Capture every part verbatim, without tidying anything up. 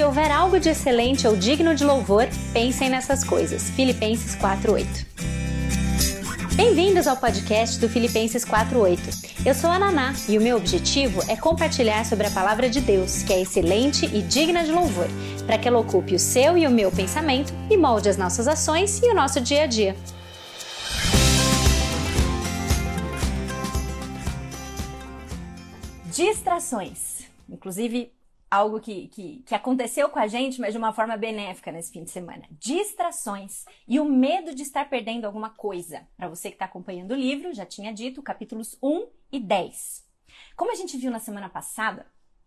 houver algo de excelente ou digno de louvor, pensem nessas coisas. Filipenses quatro, oito. Bem-vindos ao podcast do Filipenses quatro, oito. Eu sou a Naná e o meu objetivo é compartilhar sobre a palavra de Deus, que é excelente e digna de louvor, para que ela ocupe o seu e o meu pensamento e molde as nossas ações e o nosso dia a dia. Distrações. Inclusive, algo que, que, que aconteceu com a gente, mas de uma forma benéfica nesse fim de semana. Distrações e o medo de estar perdendo alguma coisa. Para você que está acompanhando o livro, já tinha dito, capítulos um e dez. Como a gente viu na semana passada,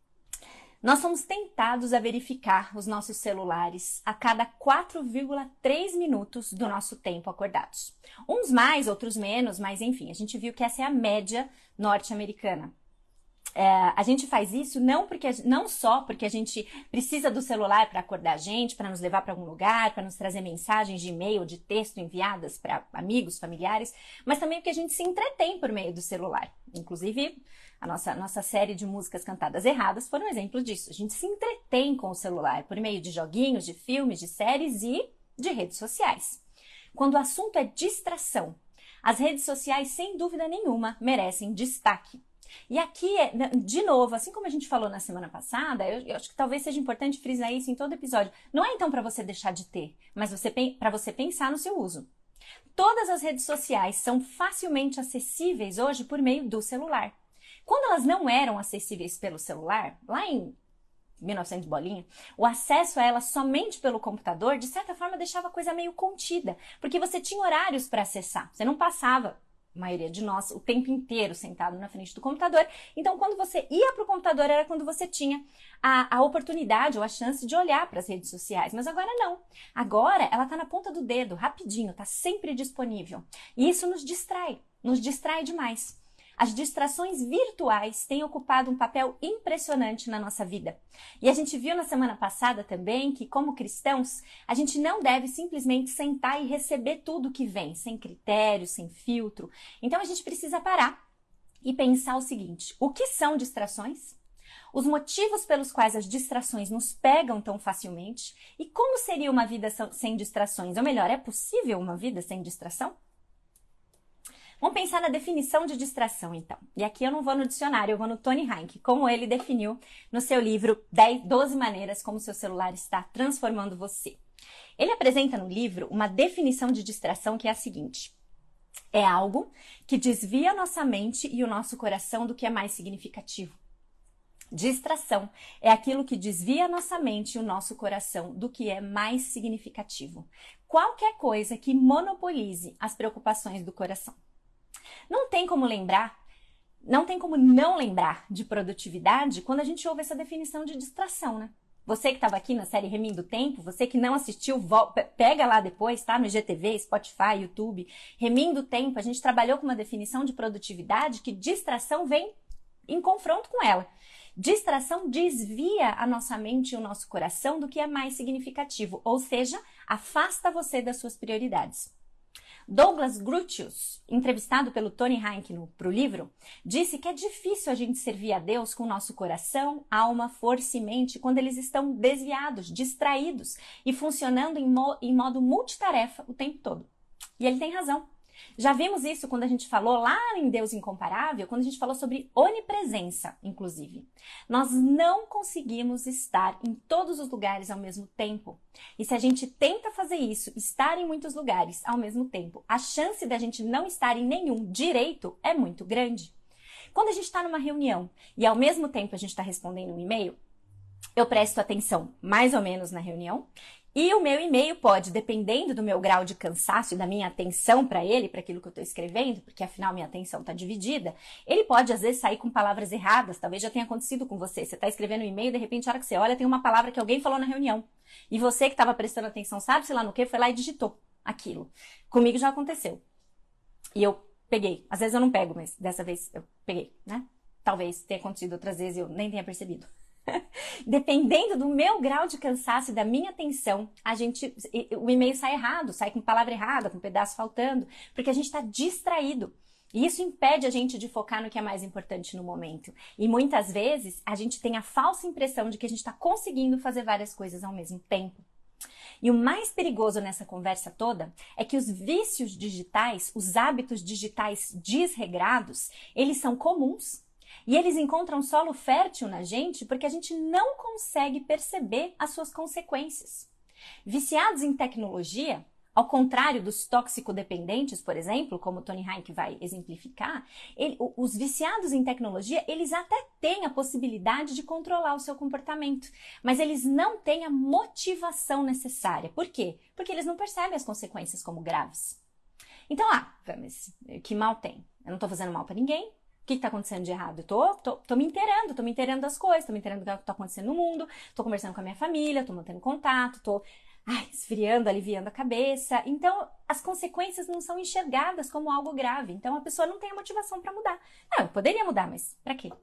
nós somos tentados a verificar os nossos celulares a cada quatro vírgula três minutos do nosso tempo acordados. Uns mais, outros menos, mas enfim, a gente viu que essa é a média norte-americana. É, a gente faz isso não, porque, não só porque a gente precisa do celular para acordar a gente, para nos levar para algum lugar, para nos trazer mensagens de e-mail, de texto enviadas para amigos, familiares, mas também porque a gente se entretém por meio do celular. Inclusive, a nossa, nossa série de músicas cantadas erradas foi um exemplo disso. A gente se entretém com o celular por meio de joguinhos, de filmes, de séries e de redes sociais. Quando o assunto é distração, as redes sociais, sem dúvida nenhuma, merecem destaque. E aqui, de novo, assim como a gente falou na semana passada, eu, eu acho que talvez seja importante frisar isso em todo episódio. Não é então para você deixar de ter, mas você, para você pensar no seu uso. Todas as redes sociais são facilmente acessíveis hoje por meio do celular. Quando elas não eram acessíveis pelo celular, lá em mil e novecentos bolinha, o acesso a elas somente pelo computador, de certa forma, deixava a coisa meio contida, porque você tinha horários para acessar, você não passava, a maioria de nós, o tempo inteiro sentado na frente do computador. Então, quando você ia para o computador, era quando você tinha a, a oportunidade ou a chance de olhar para as redes sociais. Mas agora não. Agora, ela está na ponta do dedo, rapidinho, está sempre disponível. E isso nos distrai, nos distrai demais. As distrações virtuais têm ocupado um papel impressionante na nossa vida. E a gente viu na semana passada também que, como cristãos, a gente não deve simplesmente sentar e receber tudo que vem, sem critério, sem filtro. Então a gente precisa parar e pensar o seguinte: o que são distrações? Os motivos pelos quais as distrações nos pegam tão facilmente? E como seria uma vida sem distrações? Ou melhor, é possível uma vida sem distração? Vamos pensar na definição de distração, então. E aqui eu não vou no dicionário, eu vou no Tony Reinke, como ele definiu no seu livro doze maneiras como seu celular está transformando você. Ele apresenta no livro uma definição de distração que é a seguinte: é algo que desvia nossa mente e o nosso coração do que é mais significativo. Distração é aquilo que desvia a nossa mente e o nosso coração do que é mais significativo. Qualquer coisa que monopolize as preocupações do coração. Não tem como lembrar, não tem como não lembrar de produtividade quando a gente ouve essa definição de distração, né? Você que estava aqui na série Remindo o Tempo, você que não assistiu, pega lá depois, tá? No I G T V, Spotify, YouTube. Remindo o Tempo, a gente trabalhou com uma definição de produtividade que distração vem em confronto com ela. Distração desvia a nossa mente e o nosso coração do que é mais significativo, ou seja, afasta você das suas prioridades. Douglas Groothuis, entrevistado pelo Tony Reinke para o livro, disse que é difícil a gente servir a Deus com o nosso coração, alma, força e mente quando eles estão desviados, distraídos e funcionando em, mo- em modo multitarefa o tempo todo. E ele tem razão. Já vimos isso quando a gente falou lá em Deus Incomparável, quando a gente falou sobre onipresença, inclusive. Nós não conseguimos estar em todos os lugares ao mesmo tempo. E se a gente tenta fazer isso, estar em muitos lugares ao mesmo tempo, a chance da gente não estar em nenhum direito é muito grande. Quando a gente está numa reunião e ao mesmo tempo a gente está respondendo um e-mail, eu presto atenção mais ou menos na reunião. E o meu e-mail pode, dependendo do meu grau de cansaço e da minha atenção para ele, para aquilo que eu estou escrevendo, porque afinal minha atenção está dividida, ele pode às vezes sair com palavras erradas. Talvez já tenha acontecido com você. Você está escrevendo um e-mail e de repente, a hora que você olha, tem uma palavra que alguém falou na reunião. E você que estava prestando atenção, sabe, sei lá no que, foi lá e digitou aquilo. Comigo já aconteceu. E eu peguei. Às vezes eu não pego, mas dessa vez eu peguei, né? Talvez tenha acontecido outras vezes e eu nem tenha percebido. Dependendo do meu grau de cansaço e da minha atenção, a gente, o e-mail sai errado, sai com palavra errada, com um pedaço faltando, porque a gente está distraído. E isso impede a gente de focar no que é mais importante no momento. E muitas vezes a gente tem a falsa impressão de que a gente está conseguindo fazer várias coisas ao mesmo tempo. E o mais perigoso nessa conversa toda é que os vícios digitais, os hábitos digitais desregrados, eles são comuns e eles encontram solo fértil na gente porque a gente não consegue perceber as suas consequências. Viciados em tecnologia, ao contrário dos toxicodependentes, por exemplo, como o Tony Heinck vai exemplificar, ele, os viciados em tecnologia, eles até têm a possibilidade de controlar o seu comportamento, mas eles não têm a motivação necessária. Por quê? Porque eles não percebem as consequências como graves. Então, ah, mas que mal tem? Eu não estou fazendo mal para ninguém. O que está acontecendo de errado? Eu tô, tô, tô me inteirando, tô me inteirando das coisas, tô me inteirando do que está acontecendo no mundo, tô conversando com a minha família, tô mantendo contato, tô... Ai, esfriando, aliviando a cabeça. Então, as consequências não são enxergadas como algo grave. Então, a pessoa não tem a motivação para mudar. Não, eu poderia mudar, mas para quê?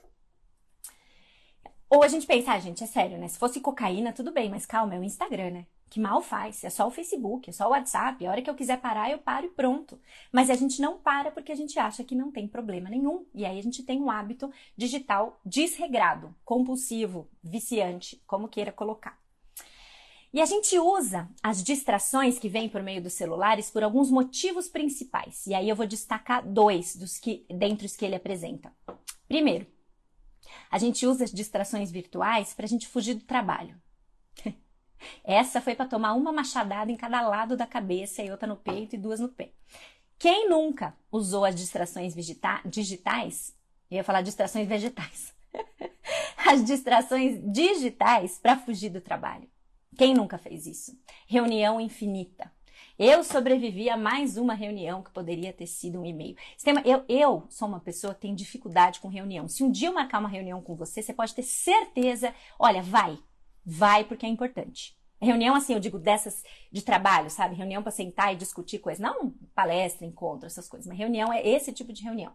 Ou a gente pensa, ah, gente, é sério, né? Se fosse cocaína, tudo bem, mas calma, é o Instagram, né? Que mal faz, é só o Facebook, é só o WhatsApp. A hora que eu quiser parar, eu paro e pronto. Mas a gente não para porque a gente acha que não tem problema nenhum. E aí a gente tem um hábito digital desregrado, compulsivo, viciante, como queira colocar. E a gente usa as distrações que vêm por meio dos celulares por alguns motivos principais. E aí eu vou destacar dois dos que, dentre os que ele apresenta. Primeiro, a gente usa as distrações virtuais para a gente fugir do trabalho. Essa foi para tomar uma machadada em cada lado da cabeça e outra no peito e duas no pé. Quem nunca usou as distrações digitais? Eu ia falar distrações vegetais. As distrações digitais para fugir do trabalho. Quem nunca fez isso? Reunião infinita. Eu sobrevivi a mais uma reunião que poderia ter sido um e-mail. Eu, eu sou uma pessoa que tem dificuldade com reunião. Se um dia eu marcar uma reunião com você, você pode ter certeza, olha, vai, vai porque é importante. Reunião, assim, eu digo dessas de trabalho, sabe? Reunião para sentar e discutir coisas. Não palestra, encontro, essas coisas. Mas reunião é esse tipo de reunião.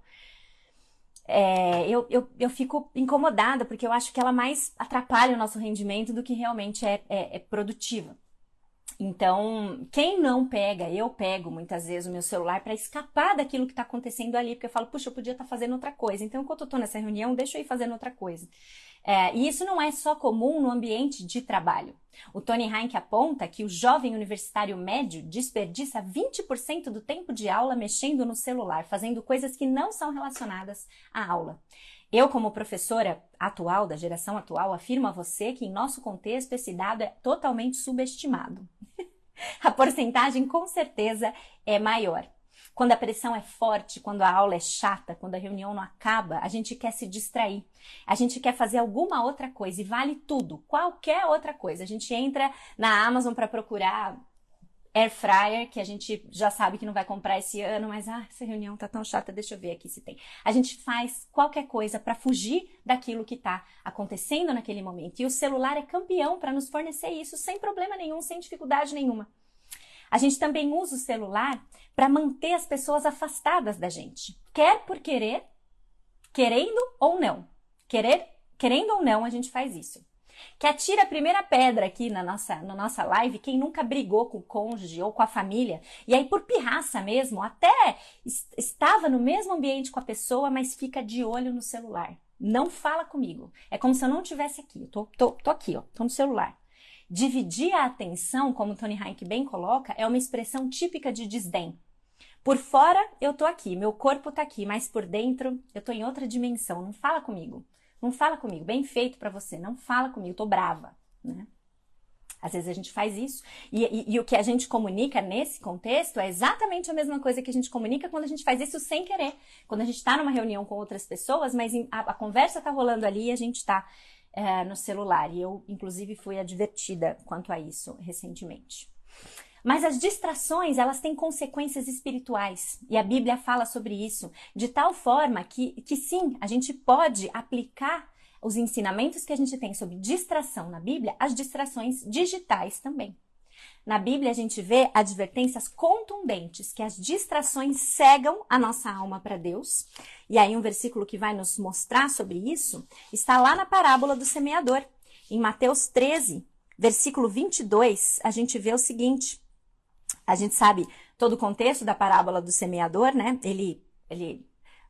É, eu, eu, eu fico incomodada porque eu acho que ela mais atrapalha o nosso rendimento do que realmente é, é, é produtiva. Então, quem não pega, eu pego muitas vezes o meu celular para escapar daquilo que está acontecendo ali, porque eu falo, puxa, eu podia estar tá fazendo outra coisa. Então, enquanto eu estou nessa reunião, deixa eu ir fazendo outra coisa. É, e isso não é só comum no ambiente de trabalho. O Tony Heinck aponta que o jovem universitário médio desperdiça vinte por cento do tempo de aula mexendo no celular, fazendo coisas que não são relacionadas à aula. Eu, como professora atual, da geração atual, afirmo a você que em nosso contexto esse dado é totalmente subestimado. A porcentagem com certeza é maior. Quando a pressão é forte, quando a aula é chata, quando a reunião não acaba, a gente quer se distrair. A gente quer fazer alguma outra coisa e vale tudo, qualquer outra coisa. A gente entra na Amazon para procurar air fryer, que a gente já sabe que não vai comprar esse ano, mas ah, essa reunião tá tão chata, deixa eu ver aqui se tem. A gente faz qualquer coisa para fugir daquilo que tá acontecendo naquele momento. E o celular é campeão para nos fornecer isso sem problema nenhum, sem dificuldade nenhuma. A gente também usa o celular para manter as pessoas afastadas da gente. Quer por querer, querendo ou não. Querer, querendo ou não, a gente faz isso. Que atira a primeira pedra aqui na nossa, na nossa live, quem nunca brigou com o cônjuge ou com a família, e aí por pirraça mesmo, até estava no mesmo ambiente com a pessoa, mas fica de olho no celular. Não fala comigo. É como se eu não estivesse aqui. Eu tô, tô, tô aqui, ó, tô no celular. Dividir a atenção, como o Tony Heinck bem coloca, é uma expressão típica de desdém. Por fora, eu tô aqui, meu corpo tá aqui, mas por dentro, eu tô em outra dimensão. Não fala comigo. Não fala comigo. Bem feito pra você. Não fala comigo. Tô brava, né? Às vezes a gente faz isso. E, e, e o que a gente comunica nesse contexto é exatamente a mesma coisa que a gente comunica quando a gente faz isso sem querer. Quando a gente tá numa reunião com outras pessoas, mas a, a conversa tá rolando ali e a gente tá É, no celular, e eu, inclusive, fui advertida quanto a isso recentemente. Mas as distrações, elas têm consequências espirituais, e a Bíblia fala sobre isso, de tal forma que, que sim, a gente pode aplicar os ensinamentos que a gente tem sobre distração na Bíblia, às distrações digitais também. Na Bíblia, a gente vê advertências contundentes que as distrações cegam a nossa alma para Deus. E aí, um versículo que vai nos mostrar sobre isso está lá na parábola do semeador. Em Mateus treze, versículo vinte e dois, a gente vê o seguinte. A gente sabe todo o contexto da parábola do semeador, né? Ele, ele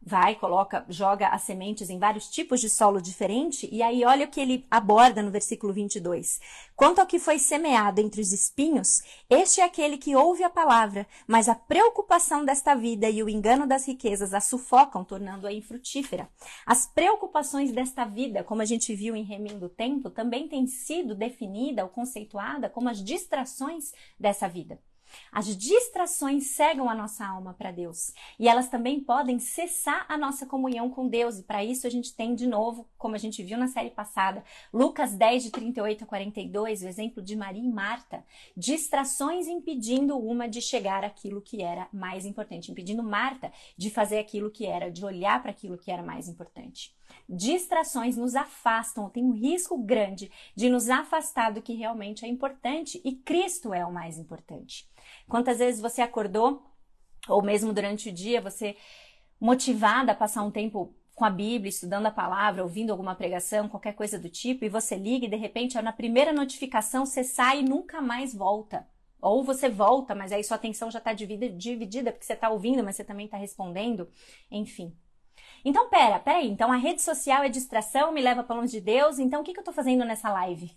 vai, coloca, joga as sementes em vários tipos de solo diferente, e aí olha o que ele aborda no versículo vinte e dois. Quanto ao que foi semeado entre os espinhos, este é aquele que ouve a palavra, mas a preocupação desta vida e o engano das riquezas a sufocam, tornando-a infrutífera. As preocupações desta vida, como a gente viu em Remindo o Tempo, também tem sido definida ou conceituada como as distrações dessa vida. As distrações cegam a nossa alma para Deus e elas também podem cessar a nossa comunhão com Deus, e para isso a gente tem de novo, como a gente viu na série passada, Lucas dez, de trinta e oito a quarenta e dois, o exemplo de Maria e Marta, distrações impedindo uma de chegar àquilo que era mais importante, impedindo Marta de fazer aquilo que era, de olhar para aquilo que era mais importante. Distrações nos afastam, tem um risco grande de nos afastar do que realmente é importante, e Cristo é o mais importante. Quantas vezes você acordou, ou mesmo durante o dia, você motivada a passar um tempo com a Bíblia, estudando a palavra, ouvindo alguma pregação, qualquer coisa do tipo, e você liga e de repente na primeira notificação você sai e nunca mais volta. Ou você volta, mas aí sua atenção já está dividida porque você está ouvindo, mas você também está respondendo, enfim. Então, pera, pera aí, então a rede social é distração, me leva para longe de Deus, então o que, que eu estou fazendo nessa live?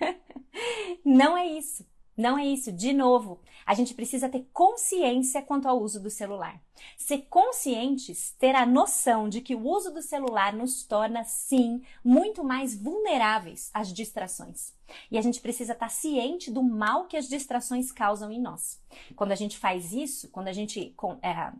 Não é isso. Não é isso. De novo, a gente precisa ter consciência quanto ao uso do celular. Ser conscientes, ter a noção de que o uso do celular nos torna, sim, muito mais vulneráveis às distrações. E a gente precisa estar ciente do mal que as distrações causam em nós. Quando a gente faz isso, quando a gente é,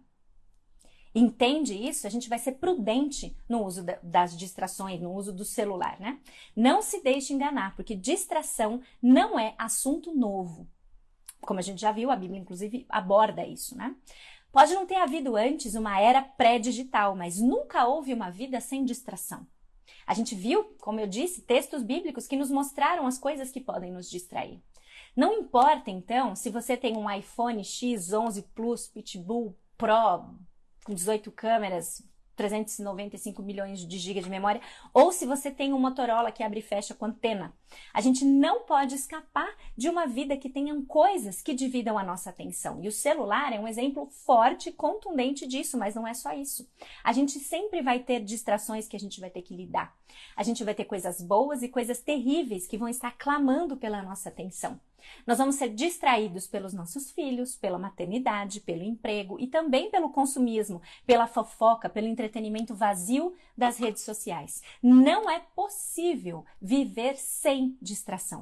entende isso, a gente vai ser prudente no uso das distrações, no uso do celular, né? Não se deixe enganar, porque distração não é assunto novo. Como a gente já viu, a Bíblia, inclusive, aborda isso, né? Pode não ter havido antes uma era pré-digital, mas nunca houve uma vida sem distração. A gente viu, como eu disse, textos bíblicos que nos mostraram as coisas que podem nos distrair. Não importa, então, se você tem um iPhone X onze Plus, Pitbull Pro, com dezoito câmeras, trezentos e noventa e cinco milhões de gigas de memória, ou se você tem um Motorola que abre e fecha com antena. A gente não pode escapar de uma vida que tenham coisas que dividam a nossa atenção. E o celular é um exemplo forte e contundente disso, mas não é só isso. A gente sempre vai ter distrações que a gente vai ter que lidar. A gente vai ter coisas boas e coisas terríveis que vão estar clamando pela nossa atenção. Nós vamos ser distraídos pelos nossos filhos, pela maternidade, pelo emprego e também pelo consumismo, pela fofoca, pelo entretenimento vazio das redes sociais. Não é possível viver sem distração.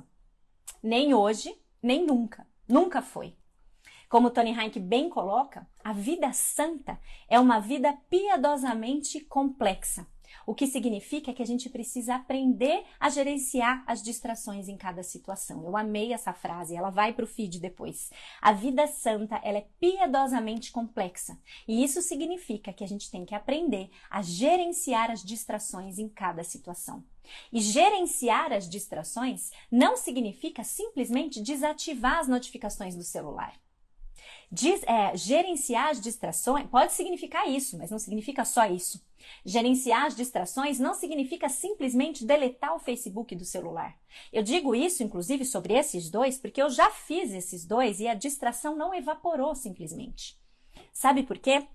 Nem hoje, nem nunca. Nunca foi. Como Tony Heinck bem coloca, a vida santa é uma vida piedosamente complexa. O que significa que a gente precisa aprender a gerenciar as distrações em cada situação. Eu amei essa frase, ela vai para o feed depois. A vida santa, ela é piedosamente complexa. E isso significa que a gente tem que aprender a gerenciar as distrações em cada situação. E gerenciar as distrações não significa simplesmente desativar as notificações do celular. Diz, é, gerenciar as distrações pode significar isso, mas não significa só isso. Gerenciar as distrações não significa simplesmente deletar o Facebook do celular. Eu digo isso, inclusive, sobre esses dois, porque eu já fiz esses dois e a distração não evaporou simplesmente. Sabe por quê?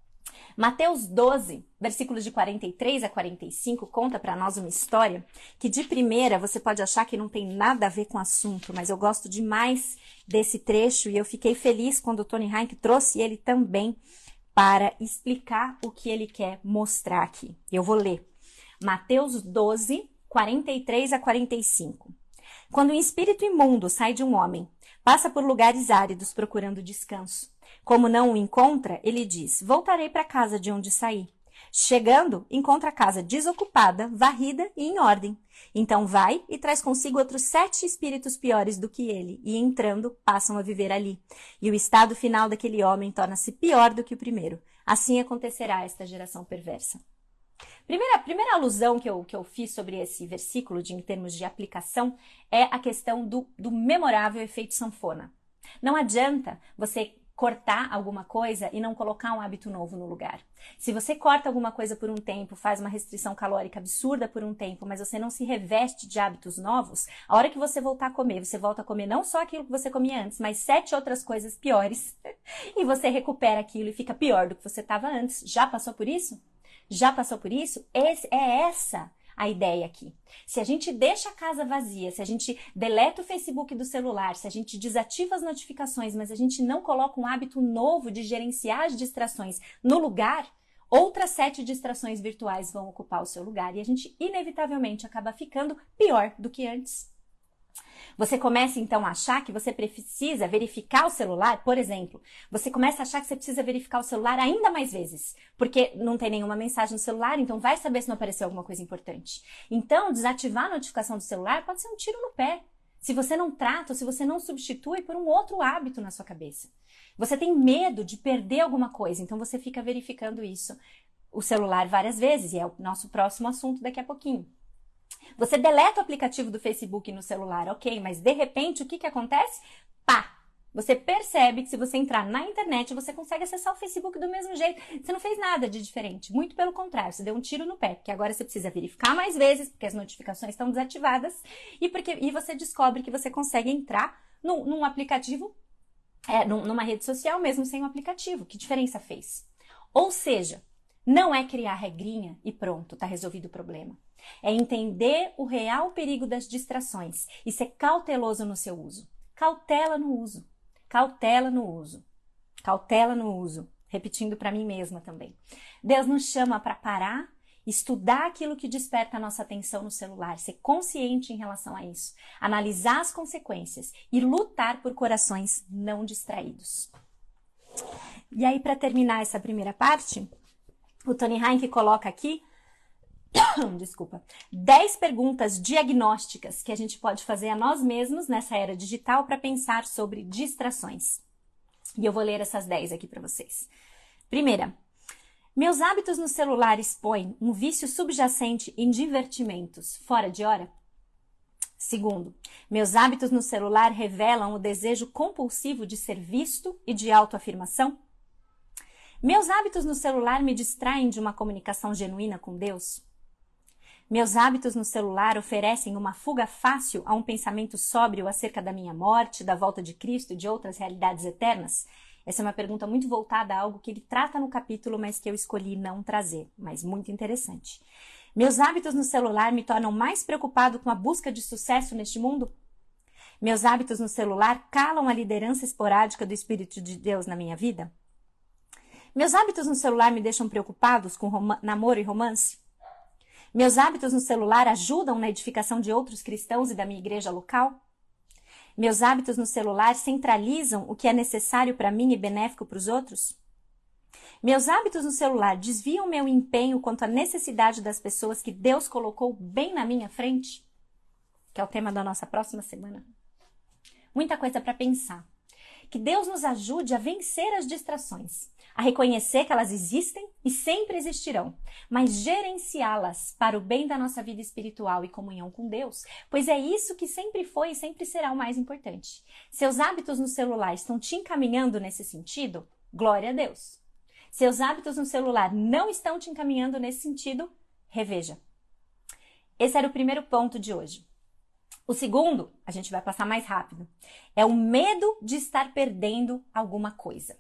Mateus doze, versículos de quarenta e três a quarenta e cinco, conta para nós uma história que de primeira você pode achar que não tem nada a ver com o assunto, mas eu gosto demais desse trecho e eu fiquei feliz quando o Tony Heinck trouxe ele também para explicar o que ele quer mostrar aqui. Eu vou ler. Mateus doze, quarenta e três a quarenta e cinco. Quando um espírito imundo sai de um homem, passa por lugares áridos procurando descanso. Como não o encontra, ele diz, voltarei para a casa de onde saí. Chegando, encontra a casa desocupada, varrida e em ordem. Então vai e traz consigo outros sete espíritos piores do que ele, e entrando, passam a viver ali. E o estado final daquele homem torna-se pior do que o primeiro. Assim acontecerá a esta geração perversa. Primeira, primeira alusão que eu, que eu fiz sobre esse versículo, de, em termos de aplicação, é a questão do, do memorável efeito sanfona. Não adianta você cortar alguma coisa e não colocar um hábito novo no lugar. Se você corta alguma coisa por um tempo, faz uma restrição calórica absurda por um tempo, mas você não se reveste de hábitos novos, a hora que você voltar a comer, você volta a comer não só aquilo que você comia antes, mas sete outras coisas piores, e você recupera aquilo e fica pior do que você estava antes. Já passou por isso? Já passou por isso? Esse, é essa a ideia aqui. Se a gente deixa a casa vazia, se a gente deleta o Facebook do celular, se a gente desativa as notificações, mas a gente não coloca um hábito novo de gerenciar as distrações no lugar, outras sete distrações virtuais vão ocupar o seu lugar e a gente inevitavelmente acaba ficando pior do que antes. Você começa então a achar que você precisa verificar o celular, por exemplo, você começa a achar que você precisa verificar o celular ainda mais vezes, porque não tem nenhuma mensagem no celular, então vai saber se não apareceu alguma coisa importante. Então, desativar a notificação do celular pode ser um tiro no pé, se você não trata ou se você não substitui por um outro hábito na sua cabeça. Você tem medo de perder alguma coisa, então você fica verificando isso, o celular várias vezes, e é o nosso próximo assunto daqui a pouquinho. Você deleta o aplicativo do Facebook no celular, ok, mas de repente o que que acontece? Pá! Você percebe que se você entrar na internet, você consegue acessar o Facebook do mesmo jeito. Você não fez nada de diferente, muito pelo contrário, você deu um tiro no pé, porque agora você precisa verificar mais vezes, porque as notificações estão desativadas, e, porque, e você descobre que você consegue entrar num, num aplicativo, é, numa rede social mesmo sem o aplicativo. Que diferença fez? Ou seja, não é criar regrinha e pronto, tá resolvido o problema. É entender o real perigo das distrações e ser cauteloso no seu uso. Cautela no uso. Cautela no uso. Cautela no uso. Repetindo para mim mesma também. Deus nos chama para parar, estudar aquilo que desperta a nossa atenção no celular, ser consciente em relação a isso, analisar as consequências e lutar por corações não distraídos. E aí, para terminar essa primeira parte, o Tony Reinke coloca aqui Desculpa. dez perguntas diagnósticas que a gente pode fazer a nós mesmos nessa era digital para pensar sobre distrações. E eu vou ler essas dez aqui para vocês. Primeira, meus hábitos no celular expõem um vício subjacente em divertimentos fora de hora? Segundo, meus hábitos no celular revelam o desejo compulsivo de ser visto e de autoafirmação? Meus hábitos no celular me distraem de uma comunicação genuína com Deus? Meus hábitos no celular oferecem uma fuga fácil a um pensamento sóbrio acerca da minha morte, da volta de Cristo e de outras realidades eternas? Essa é uma pergunta muito voltada a algo que ele trata no capítulo, mas que eu escolhi não trazer, mas muito interessante. Meus hábitos no celular me tornam mais preocupado com a busca de sucesso neste mundo? Meus hábitos no celular calam a liderança esporádica do Espírito de Deus na minha vida? Meus hábitos no celular me deixam preocupados com namoro e romance? Meus hábitos no celular ajudam na edificação de outros cristãos e da minha igreja local? Meus hábitos no celular centralizam o que é necessário para mim e benéfico para os outros? Meus hábitos no celular desviam meu empenho quanto à necessidade das pessoas que Deus colocou bem na minha frente? Que é o tema da nossa próxima semana. Muita coisa para pensar. Que Deus nos ajude a vencer as distrações, a reconhecer que elas existem e sempre existirão, mas gerenciá-las para o bem da nossa vida espiritual e comunhão com Deus, pois é isso que sempre foi e sempre será o mais importante. Seus hábitos no celular estão te encaminhando nesse sentido? Glória a Deus. Seus hábitos no celular não estão te encaminhando nesse sentido? Reveja. Esse era o primeiro ponto de hoje. O segundo, a gente vai passar mais rápido, é o medo de estar perdendo alguma coisa.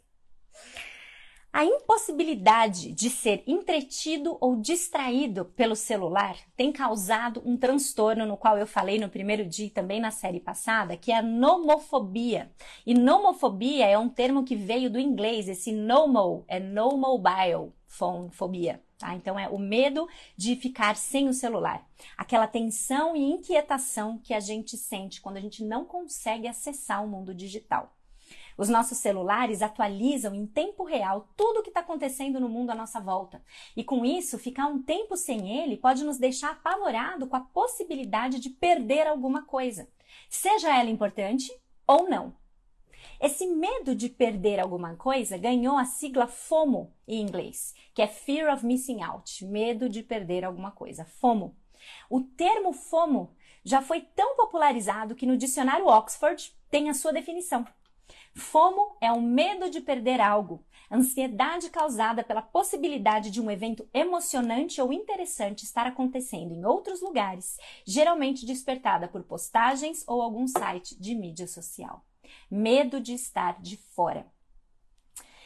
A impossibilidade de ser entretido ou distraído pelo celular tem causado um transtorno no qual eu falei no primeiro dia e também na série passada, que é a nomofobia. E nomofobia é um termo que veio do inglês, esse nomo é no mobile phone fobia. Tá? Então é o medo de ficar sem o celular. Aquela tensão e inquietação que a gente sente quando a gente não consegue acessar o mundo digital. Os nossos celulares atualizam em tempo real tudo o que está acontecendo no mundo à nossa volta. E com isso, ficar um tempo sem ele pode nos deixar apavorado com a possibilidade de perder alguma coisa, seja ela importante ou não. Esse medo de perder alguma coisa ganhou a sigla FOMO em inglês, que é Fear of Missing Out, medo de perder alguma coisa, FOMO. O termo FOMO já foi tão popularizado que no dicionário Oxford tem a sua definição. FOMO é o medo de perder algo, ansiedade causada pela possibilidade de um evento emocionante ou interessante estar acontecendo em outros lugares, geralmente despertada por postagens ou algum site de mídia social. Medo de estar de fora.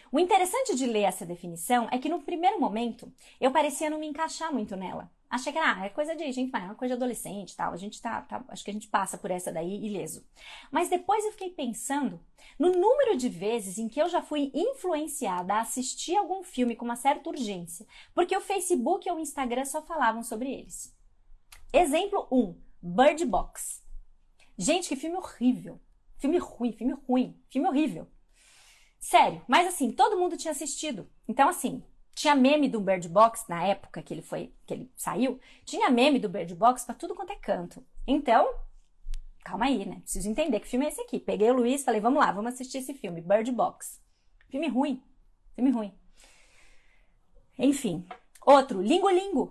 O interessante de ler essa definição é que no primeiro momento eu parecia não me encaixar muito nela. Achei que ah, é coisa de gente, é uma coisa de adolescente e tal, a gente tá, tá, acho que a gente passa por essa daí ileso. Mas depois eu fiquei pensando no número de vezes em que eu já fui influenciada a assistir algum filme com uma certa urgência, porque o Facebook ou o Instagram só falavam sobre eles. Exemplo um, Bird Box. Gente, que filme horrível. Filme ruim, filme ruim, filme horrível. Sério, mas assim, todo mundo tinha assistido. Então assim, tinha meme do Bird Box na época que ele foi, que ele saiu, tinha meme do Bird Box pra tudo quanto é canto. Então, calma aí, né? Preciso entender que filme é esse aqui. Peguei o Luiz e falei, vamos lá, vamos assistir esse filme, Bird Box. Filme ruim, filme ruim. Enfim, outro, Lingo Lingo.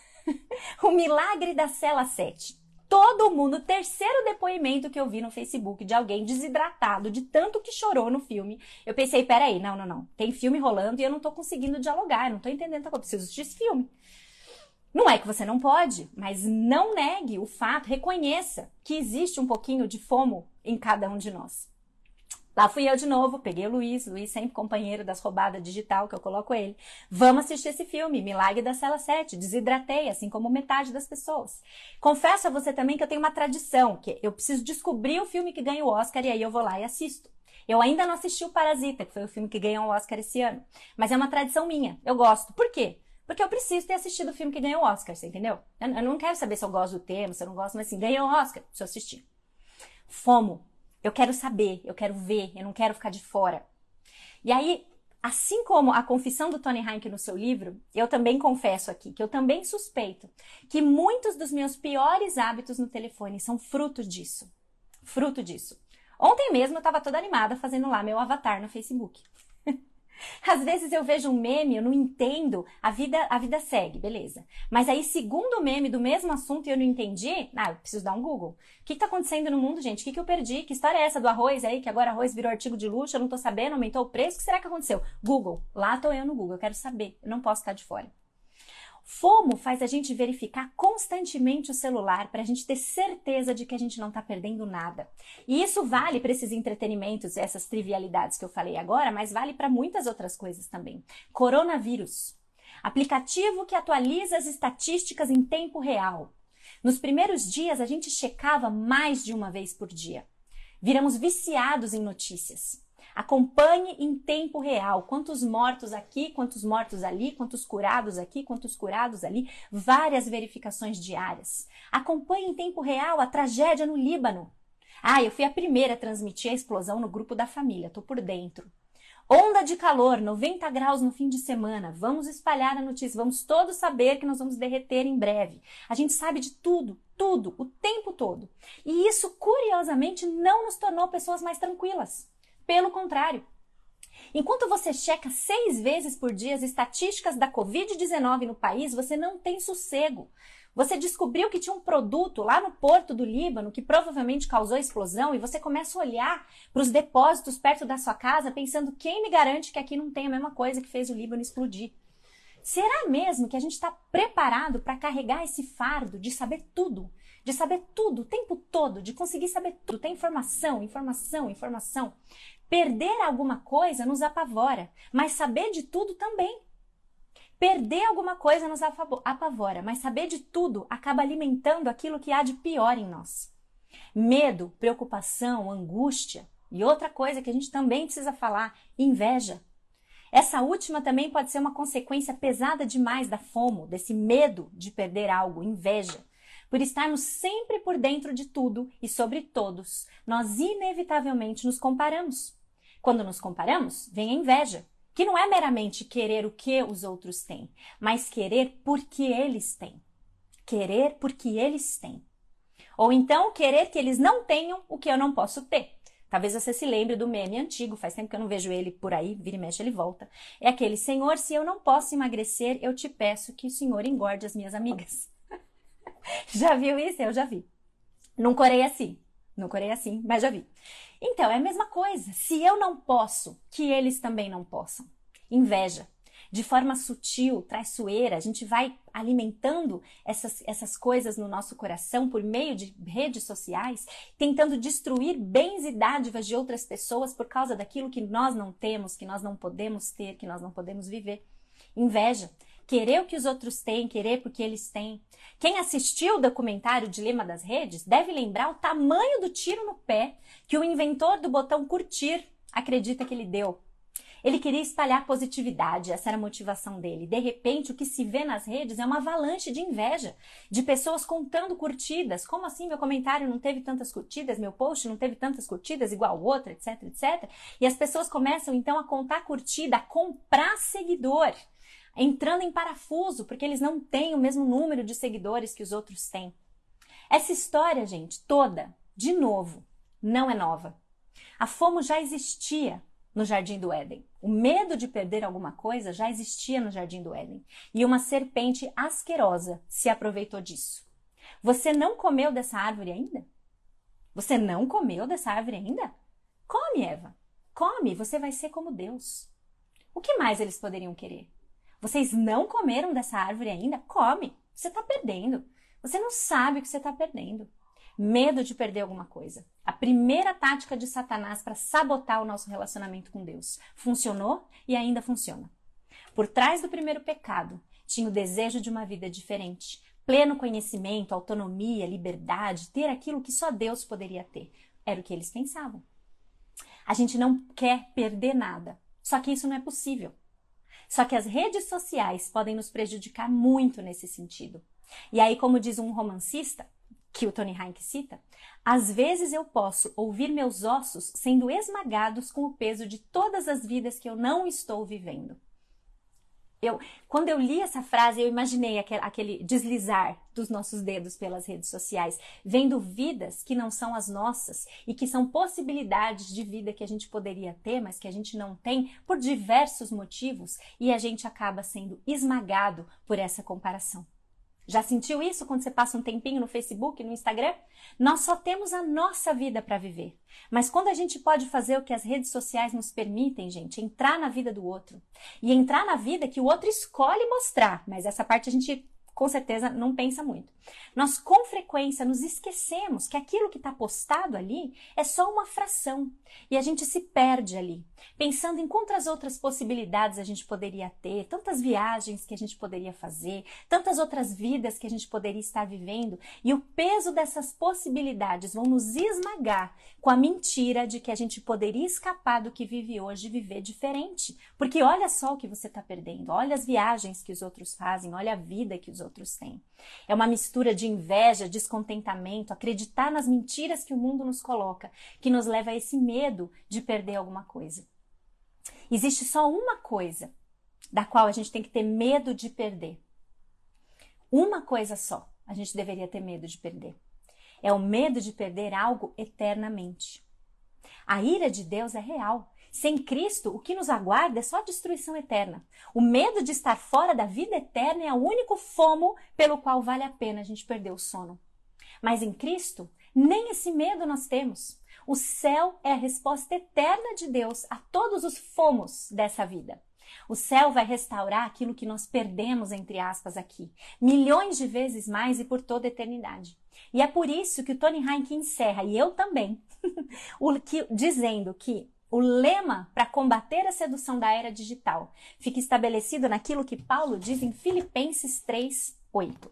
O Milagre da Cela sete. Todo mundo, terceiro depoimento que eu vi no Facebook de alguém desidratado de tanto que chorou no filme. Eu pensei, peraí, não, não, não. Tem filme rolando e eu não tô conseguindo dialogar, eu não tô entendendo, eu preciso assistir esse filme. Não é que você não pode, mas não negue o fato, reconheça que existe um pouquinho de FOMO em cada um de nós. Lá fui eu de novo, peguei o Luiz, Luiz sempre companheiro das roubadas digital que eu coloco ele. Vamos assistir esse filme, Milagre da Cela sete, desidratei, assim como metade das pessoas. Confesso a você também que eu tenho uma tradição, que eu preciso descobrir o filme que ganha o Oscar e aí eu vou lá e assisto. Eu ainda não assisti o Parasita, que foi o filme que ganhou o Oscar esse ano, mas é uma tradição minha, eu gosto. Por quê? Porque eu preciso ter assistido o filme que ganhou o Oscar, você entendeu? Eu, eu não quero saber se eu gosto do tema, se eu não gosto, mas assim, ganhou o Oscar, preciso assistir. FOMO. Eu quero saber, eu quero ver, eu não quero ficar de fora. E aí, assim como a confissão do Tony Reinke no seu livro, eu também confesso aqui que eu também suspeito que muitos dos meus piores hábitos no telefone são fruto disso. Fruto disso. Ontem mesmo eu estava toda animada fazendo lá meu avatar no Facebook. Às vezes eu vejo um meme, eu não entendo, a vida, a vida segue, beleza. Mas aí, segundo meme do mesmo assunto e eu não entendi, ah, eu preciso dar um Google. O que que tá acontecendo no mundo, gente? O que que eu perdi? Que história é essa do arroz aí, que agora arroz virou artigo de luxo, eu não tô sabendo, aumentou o preço? O que será que aconteceu? Google. Lá tô eu no Google, eu quero saber, eu não posso ficar de fora. FOMO faz a gente verificar constantemente o celular para a gente ter certeza de que a gente não está perdendo nada. E isso vale para esses entretenimentos, essas trivialidades que eu falei agora, mas vale para muitas outras coisas também. Coronavírus. Aplicativo que atualiza as estatísticas em tempo real. Nos primeiros dias a gente checava mais de uma vez por dia. Viramos viciados em notícias. Acompanhe em tempo real quantos mortos aqui, quantos mortos ali, quantos curados aqui, quantos curados ali, várias verificações diárias. Acompanhe em tempo real a tragédia no Líbano. Ah, eu fui a primeira a transmitir a explosão no grupo da família, tô por dentro. Onda de calor, noventa graus no fim de semana, vamos espalhar a notícia, vamos todos saber que nós vamos derreter em breve. A gente sabe de tudo, tudo, o tempo todo. E isso, curiosamente, não nos tornou pessoas mais tranquilas. Pelo contrário, enquanto você checa seis vezes por dia as estatísticas da covid dezenove no país, você não tem sossego. Você descobriu que tinha um produto lá no porto do Líbano que provavelmente causou explosão e você começa a olhar para os depósitos perto da sua casa pensando quem me garante que aqui não tem a mesma coisa que fez o Líbano explodir. Será mesmo que a gente está preparado para carregar esse fardo de saber tudo? De saber tudo o tempo todo, de conseguir saber tudo, ter informação, informação, informação. Perder alguma coisa nos apavora, mas saber de tudo também. Perder alguma coisa nos apavora, mas saber de tudo acaba alimentando aquilo que há de pior em nós. Medo, preocupação, angústia e outra coisa que a gente também precisa falar, inveja. Essa última também pode ser uma consequência pesada demais da FOMO, desse medo de perder algo, inveja. Por estarmos sempre por dentro de tudo e sobre todos, nós inevitavelmente nos comparamos. Quando nos comparamos, vem a inveja, que não é meramente querer o que os outros têm, mas querer porque eles têm. Querer porque eles têm. Ou então, querer que eles não tenham o que eu não posso ter. Talvez você se lembre do meme antigo, faz tempo que eu não vejo ele por aí, vira e mexe ele volta. É aquele, Senhor, se eu não posso emagrecer, eu te peço que o Senhor engorde as minhas amigas. Já viu isso? Eu já vi. Não corei assim. Não corei assim, mas já vi. Então, é a mesma coisa. Se eu não posso, que eles também não possam. Inveja. de forma sutil, traiçoeira. A gente vai alimentando essas, essas coisas no nosso coração por meio de redes sociais, tentando destruir bens e dádivas de outras pessoas por causa daquilo que nós não temos, que nós não podemos ter, que nós não podemos viver. Inveja. Querer o que os outros têm, querer porque eles têm. Quem assistiu o documentário Dilema das Redes deve lembrar o tamanho do tiro no pé que o inventor do botão curtir acredita que ele deu. Ele queria espalhar positividade, essa era a motivação dele. De repente, o que se vê nas redes é uma avalanche de inveja, de pessoas contando curtidas. Como assim meu comentário não teve tantas curtidas, meu post não teve tantas curtidas igual o outro, etc, etcétera. E as pessoas começam então a contar curtida, a comprar seguidor, entrando em parafuso, porque eles não têm o mesmo número de seguidores que os outros têm. Essa história, gente, toda, de novo, não é nova. A FOMO já existia no Jardim do Éden. O medo de perder alguma coisa já existia no Jardim do Éden. E uma serpente asquerosa se aproveitou disso. Você não comeu dessa árvore ainda? Você não comeu dessa árvore ainda? Come, Eva. Come, você vai ser como Deus. O que mais eles poderiam querer? Vocês não comeram dessa árvore ainda? Come. Você está perdendo. Você não sabe o que você está perdendo. Medo de perder alguma coisa. A primeira tática de Satanás para sabotar o nosso relacionamento com Deus. Funcionou e ainda funciona. Por trás do primeiro pecado, tinha o desejo de uma vida diferente. Pleno conhecimento, autonomia, liberdade, ter aquilo que só Deus poderia ter. Era o que eles pensavam. A gente não quer perder nada. Só que isso não é possível. Só que as redes sociais podem nos prejudicar muito nesse sentido. E aí, como diz um romancista, que o Tony Reinke cita, às vezes eu posso ouvir meus ossos sendo esmagados com o peso de todas as vidas que eu não estou vivendo. Eu, quando eu li essa frase, eu imaginei aquele, aquele deslizar dos nossos dedos pelas redes sociais, vendo vidas que não são as nossas e que são possibilidades de vida que a gente poderia ter, mas que a gente não tem por diversos motivos, e a gente acaba sendo esmagado por essa comparação. Já sentiu isso quando você passa um tempinho no Facebook, no Instagram? Nós só temos a nossa vida para viver. Mas quando a gente pode fazer o que as redes sociais nos permitem, gente, entrar na vida do outro. E entrar na vida que o outro escolhe mostrar. Mas essa parte a gente, com certeza, não pensa muito. Nós, com frequência, nos esquecemos que aquilo que está postado ali é só uma fração. E a gente se perde ali, pensando em quantas outras possibilidades a gente poderia ter, tantas viagens que a gente poderia fazer, tantas outras vidas que a gente poderia estar vivendo. E o peso dessas possibilidades vão nos esmagar com a mentira de que a gente poderia escapar do que vive hoje e viver diferente. Porque olha só o que você está perdendo, olha as viagens que os outros fazem, olha a vida que os outros têm. É uma mistura de inveja, descontentamento, acreditar nas mentiras que o mundo nos coloca, que nos leva a esse medo de perder alguma coisa. Existe só uma coisa da qual a gente tem que ter medo de perder. Uma coisa só a gente deveria ter medo de perder. É o medo de perder algo eternamente. A ira de Deus é real. Sem Cristo, o que nos aguarda é só destruição eterna. O medo de estar fora da vida eterna é o único fomo pelo qual vale a pena a gente perder o sono. Mas em Cristo, nem esse medo nós temos. O céu é a resposta eterna de Deus a todos os fomos dessa vida. O céu vai restaurar aquilo que nós perdemos, entre aspas, aqui, milhões de vezes mais e por toda a eternidade. E é por isso que o Tony Reinke encerra, e eu também, o que, dizendo que o lema para combater a sedução da era digital fica estabelecido naquilo que Paulo diz em Filipenses três, oito.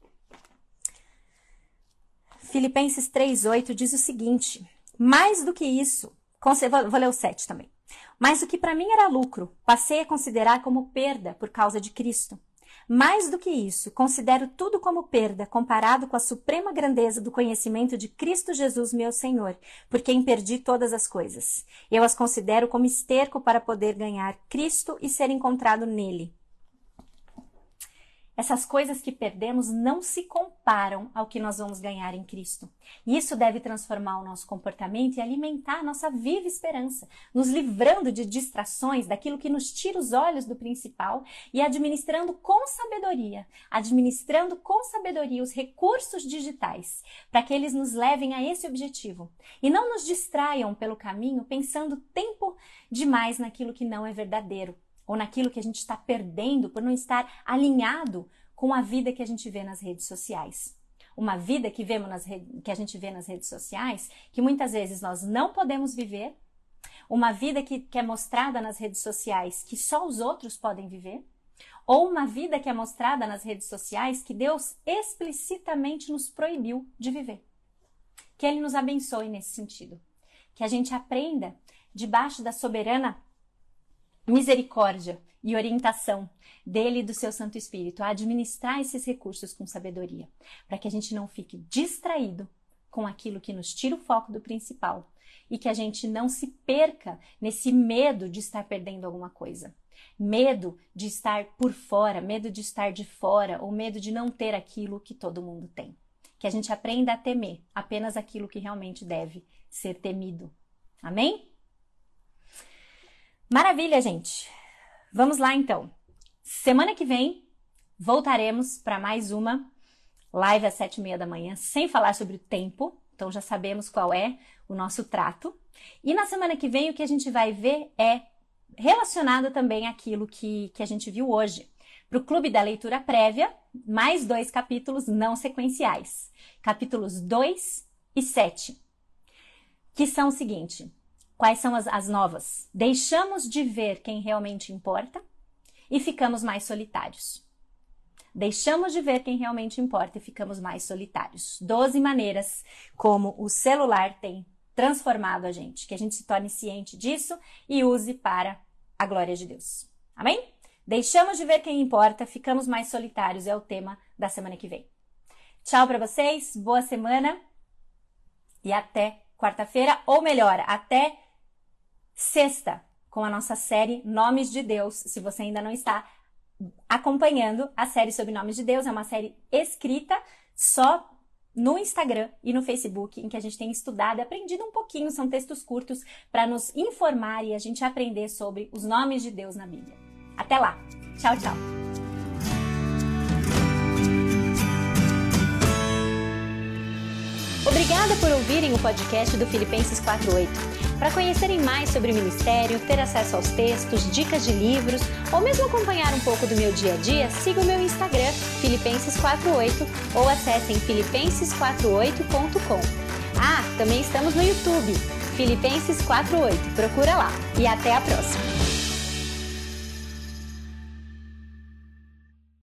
Filipenses três, oito diz o seguinte: mais do que isso, vou ler o sete também. Mas o que para mim era lucro, passei a considerar como perda por causa de Cristo. Mais do que isso, considero tudo como perda comparado com a suprema grandeza do conhecimento de Cristo Jesus, meu Senhor, por quem perdi todas as coisas. Eu as considero como esterco para poder ganhar Cristo e ser encontrado nele. Essas coisas que perdemos não se comparam ao que nós vamos ganhar em Cristo. E isso deve transformar o nosso comportamento e alimentar a nossa viva esperança, nos livrando de distrações, daquilo que nos tira os olhos do principal e administrando com sabedoria, administrando com sabedoria os recursos digitais, para que eles nos levem a esse objetivo. E não nos distraiam pelo caminho pensando tempo demais naquilo que não é verdadeiro. ou naquilo que a gente está perdendo por não estar alinhado com a vida que a gente vê nas redes sociais. Uma vida que, vemos nas re... que a gente vê nas redes sociais, que muitas vezes nós não podemos viver, uma vida que, que é mostrada nas redes sociais que só os outros podem viver, ou uma vida que é mostrada nas redes sociais que Deus explicitamente nos proibiu de viver. Que Ele nos abençoe nesse sentido. Que a gente aprenda, debaixo da soberana misericórdia e orientação dele e do seu Santo Espírito, a administrar esses recursos com sabedoria, para que a gente não fique distraído com aquilo que nos tira o foco do principal e que a gente não se perca nesse medo de estar perdendo alguma coisa. Medo de estar por fora, medo de estar de fora ou medo de não ter aquilo que todo mundo tem. Que a gente aprenda a temer apenas aquilo que realmente deve ser temido. Amém? Maravilha, gente! Vamos lá, então. Semana que vem, voltaremos para mais uma live às sete e meia da manhã, sem falar sobre o tempo. Então, já sabemos qual é o nosso trato. E na semana que vem, o que a gente vai ver é relacionado também àquilo que, que a gente viu hoje. Para o Clube da Leitura Prévia, mais dois capítulos não sequenciais. Capítulos dois e sete. Que são o seguinte... Quais são as, as novas? Deixamos de ver quem realmente importa e ficamos mais solitários. Deixamos de ver quem realmente importa e ficamos mais solitários. Doze maneiras como o celular tem transformado a gente. Que a gente se torne ciente disso e use para a glória de Deus. Amém? Deixamos de ver quem importa, ficamos mais solitários. É o tema da semana que vem. Tchau para vocês, boa semana e até quarta-feira, ou melhor, até sexta, com a nossa série Nomes de Deus. Se você ainda não está acompanhando a série sobre Nomes de Deus, é uma série escrita só no Instagram e no Facebook, em que a gente tem estudado e aprendido um pouquinho, são textos curtos para nos informar e a gente aprender sobre os nomes de Deus na Bíblia. Até lá! Tchau, tchau! Obrigada por ouvirem o podcast do Filipenses quatro oito. Para conhecerem mais sobre o ministério, ter acesso aos textos, dicas de livros ou mesmo acompanhar um pouco do meu dia a dia, siga o meu Instagram, Filipenses quatro oito, ou acessem filipenses quatro oito ponto com. Ah, também estamos no YouTube, Filipenses quatro oito. Procura lá. E até a próxima!